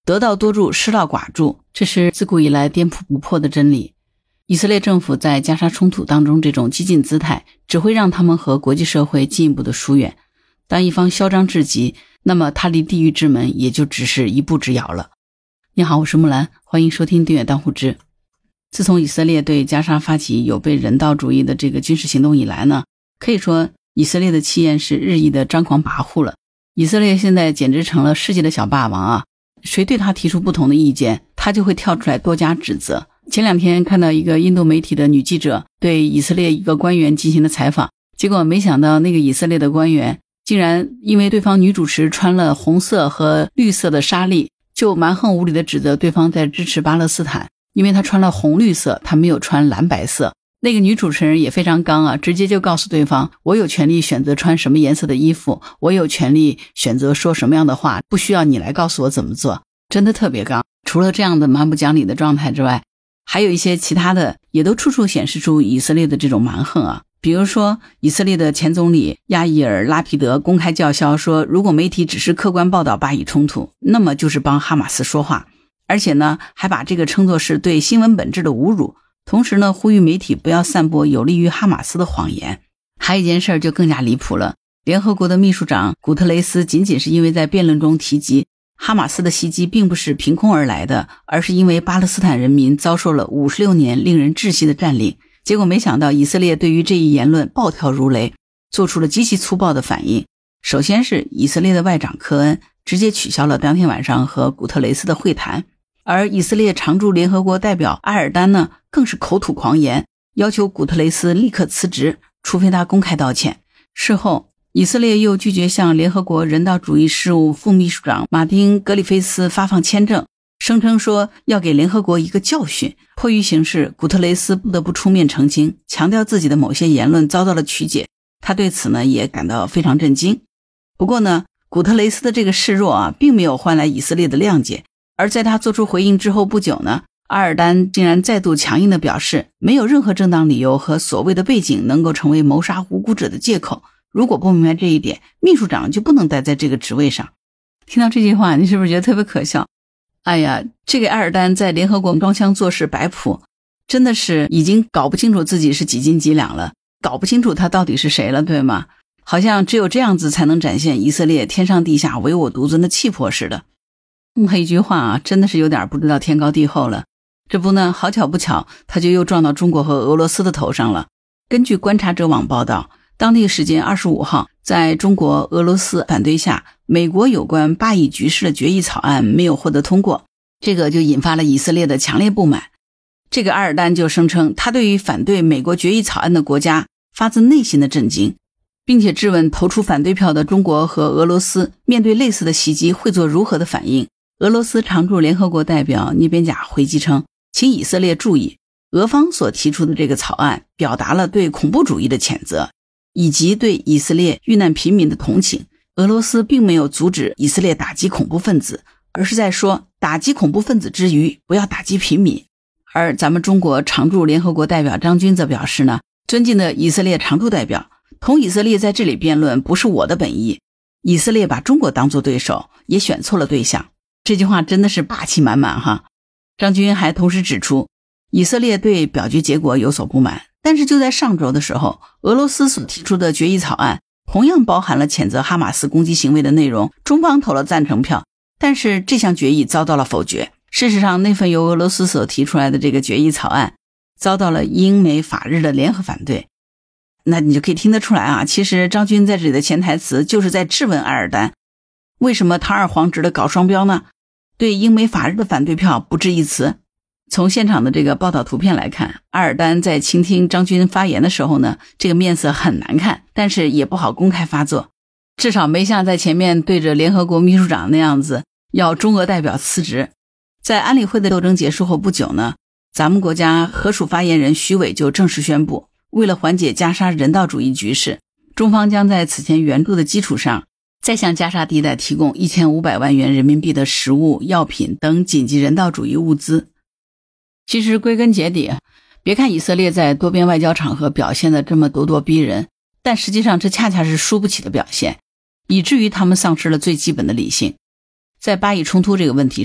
得道多助，失道寡助，这是自古以来颠扑不破的真理。以色列政府在加沙冲突当中这种激进姿态，只会让他们和国际社会进一步的疏远。当一方嚣张至极，那么他离地狱之门也就只是一步之遥了。你好，我是木兰，欢迎收听订阅当户知。自从以色列对加沙发起有悖人道主义的这个军事行动以来呢，可以说以色列的气焰是日益的张狂跋扈了。以色列现在简直成了世界的小霸王啊！谁对他提出不同的意见，他就会跳出来多加指责。前两天看到一个印度媒体的女记者对以色列一个官员进行了采访，结果没想到那个以色列的官员竟然因为对方女主持穿了红色和绿色的纱丽，就蛮横无理地指责对方在支持巴勒斯坦，因为她穿了红绿色，她没有穿蓝白色。那个女主持人也非常刚啊，直接就告诉对方，我有权利选择穿什么颜色的衣服，我有权利选择说什么样的话，不需要你来告诉我怎么做。真的特别刚。除了这样的蛮不讲理的状态之外，还有一些其他的也都处处显示出以色列的这种蛮横啊。比如说以色列的前总理亚伊尔·拉皮德公开叫嚣说，如果媒体只是客观报道巴以冲突，那么就是帮哈马斯说话，而且呢还把这个称作是对新闻本质的侮辱，同时呢呼吁媒体不要散播有利于哈马斯的谎言。还有一件事就更加离谱了，联合国的秘书长古特雷斯仅仅是因为在辩论中提及哈马斯的袭击并不是凭空而来的，而是因为巴勒斯坦人民遭受了56年令人窒息的占领。结果没想到以色列对于这一言论暴跳如雷，做出了极其粗暴的反应。首先是以色列的外长科恩直接取消了当天晚上和古特雷斯的会谈，而以色列常驻联合国代表阿尔丹呢，更是口吐狂言，要求古特雷斯立刻辞职，除非他公开道歉。事后以色列又拒绝向联合国人道主义事务副秘书长马丁·格里菲斯发放签证，声称说要给联合国一个教训。迫于形势，古特雷斯不得不出面澄清，强调自己的某些言论遭到了曲解。他对此呢也感到非常震惊。不过呢，古特雷斯的这个示弱啊，并没有换来以色列的谅解。而在他做出回应之后不久呢，阿尔丹竟然再度强硬地表示，没有任何正当理由和所谓的背景能够成为谋杀无辜者的借口。如果不明白这一点，秘书长就不能待在这个职位上。听到这句话，你是不是觉得特别可笑？哎呀，这个阿尔丹在联合国装腔作势摆谱，真的是已经搞不清楚自己是几斤几两了，搞不清楚他到底是谁了，对吗？好像只有这样子才能展现以色列天上地下唯我独尊的气魄似的。一句话啊，真的是有点不知道天高地厚了。这不呢，好巧不巧，他就又撞到中国和俄罗斯的头上了。根据观察者网报道，当地时间25号，在中国、俄罗斯反对下，美国有关巴以局势的决议草案没有获得通过，这个就引发了以色列的强烈不满。这个阿尔丹就声称，他对于反对美国决议草案的国家发自内心的震惊，并且质问投出反对票的中国和俄罗斯面对类似的袭击会做如何的反应。俄罗斯常驻联合国代表涅边贾回击称，请以色列注意，俄方所提出的这个草案表达了对恐怖主义的谴责，以及对以色列遇难平民的同情。俄罗斯并没有阻止以色列打击恐怖分子，而是在说打击恐怖分子之余，不要打击平民。而咱们中国常驻联合国代表张军则表示呢，尊敬的以色列常驻代表，同以色列在这里辩论不是我的本意，以色列把中国当作对手，也选错了对象。这句话真的是霸气满满哈。张军还同时指出，以色列对表决结果有所不满，但是就在上周的时候，俄罗斯所提出的决议草案同样包含了谴责哈马斯攻击行为的内容，中方投了赞成票，但是这项决议遭到了否决。事实上，那份由俄罗斯所提出来的这个决议草案遭到了英美法日的联合反对。那你就可以听得出来啊，其实张军在这里的潜台词就是在质问阿尔丹，为什么堂而皇之的搞双标呢？对英美法日的反对票不置一词。从现场的这个报道图片来看，阿尔丹在倾听张军发言的时候呢，这个面色很难看，但是也不好公开发作，至少没像在前面对着联合国秘书长那样子要中俄代表辞职。在安理会的斗争结束后不久呢，咱们国家合署发言人徐伟就正式宣布，为了缓解加沙人道主义局势，中方将在此前援助的基础上，再向加沙地带提供1500万元人民币的食物、药品等紧急人道主义物资。其实归根结底，别看以色列在多边外交场合表现得这么咄咄逼人，但实际上这恰恰是输不起的表现，以至于他们丧失了最基本的理性。在巴以冲突这个问题上，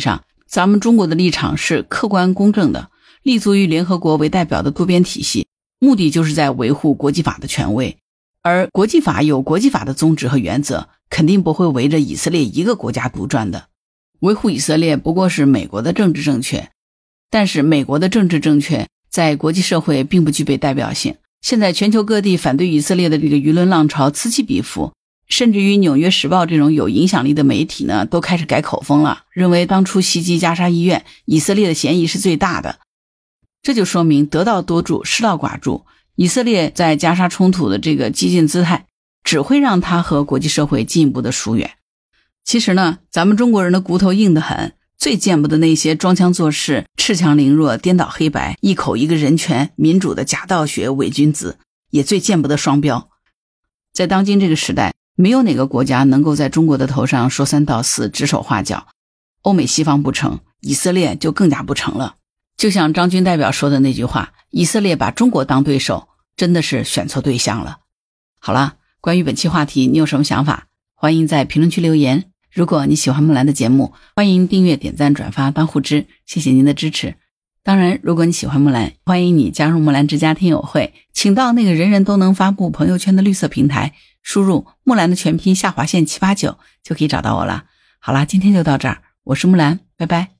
咱们中国的立场是客观公正的，立足于联合国为代表的多边体系，目的就是在维护国际法的权威。而国际法有国际法的宗旨和原则，肯定不会围着以色列一个国家独转的。维护以色列不过是美国的政治正确，但是美国的政治正确在国际社会并不具备代表性。现在全球各地反对以色列的这个舆论浪潮此起彼伏，甚至于《纽约时报》这种有影响力的媒体呢，都开始改口风了，认为当初袭击加沙医院，以色列的嫌疑是最大的。这就说明得道多助，失道寡助。以色列在加沙冲突的这个激进姿态，只会让他和国际社会进一步的疏远。其实呢，咱们中国人的骨头硬得很，最见不得那些装腔作势、恃强凌弱、颠倒黑白、一口一个人权、民主的假道学伪君子，也最见不得双标。在当今这个时代，没有哪个国家能够在中国的头上说三道四、指手画脚。欧美西方不成，以色列就更加不成了。就像张军代表说的那句话，以色列把中国当对手，真的是选错对象了。好了，关于本期话题你有什么想法？欢迎在评论区留言。如果你喜欢木兰的节目，欢迎订阅、点赞、转发当护知，谢谢您的支持。当然，如果你喜欢木兰，欢迎你加入木兰之家听友会，请到那个人人都能发布朋友圈的绿色平台，输入木兰的全拼下划线789就可以找到我了。好啦，今天就到这儿，我是木兰，拜拜。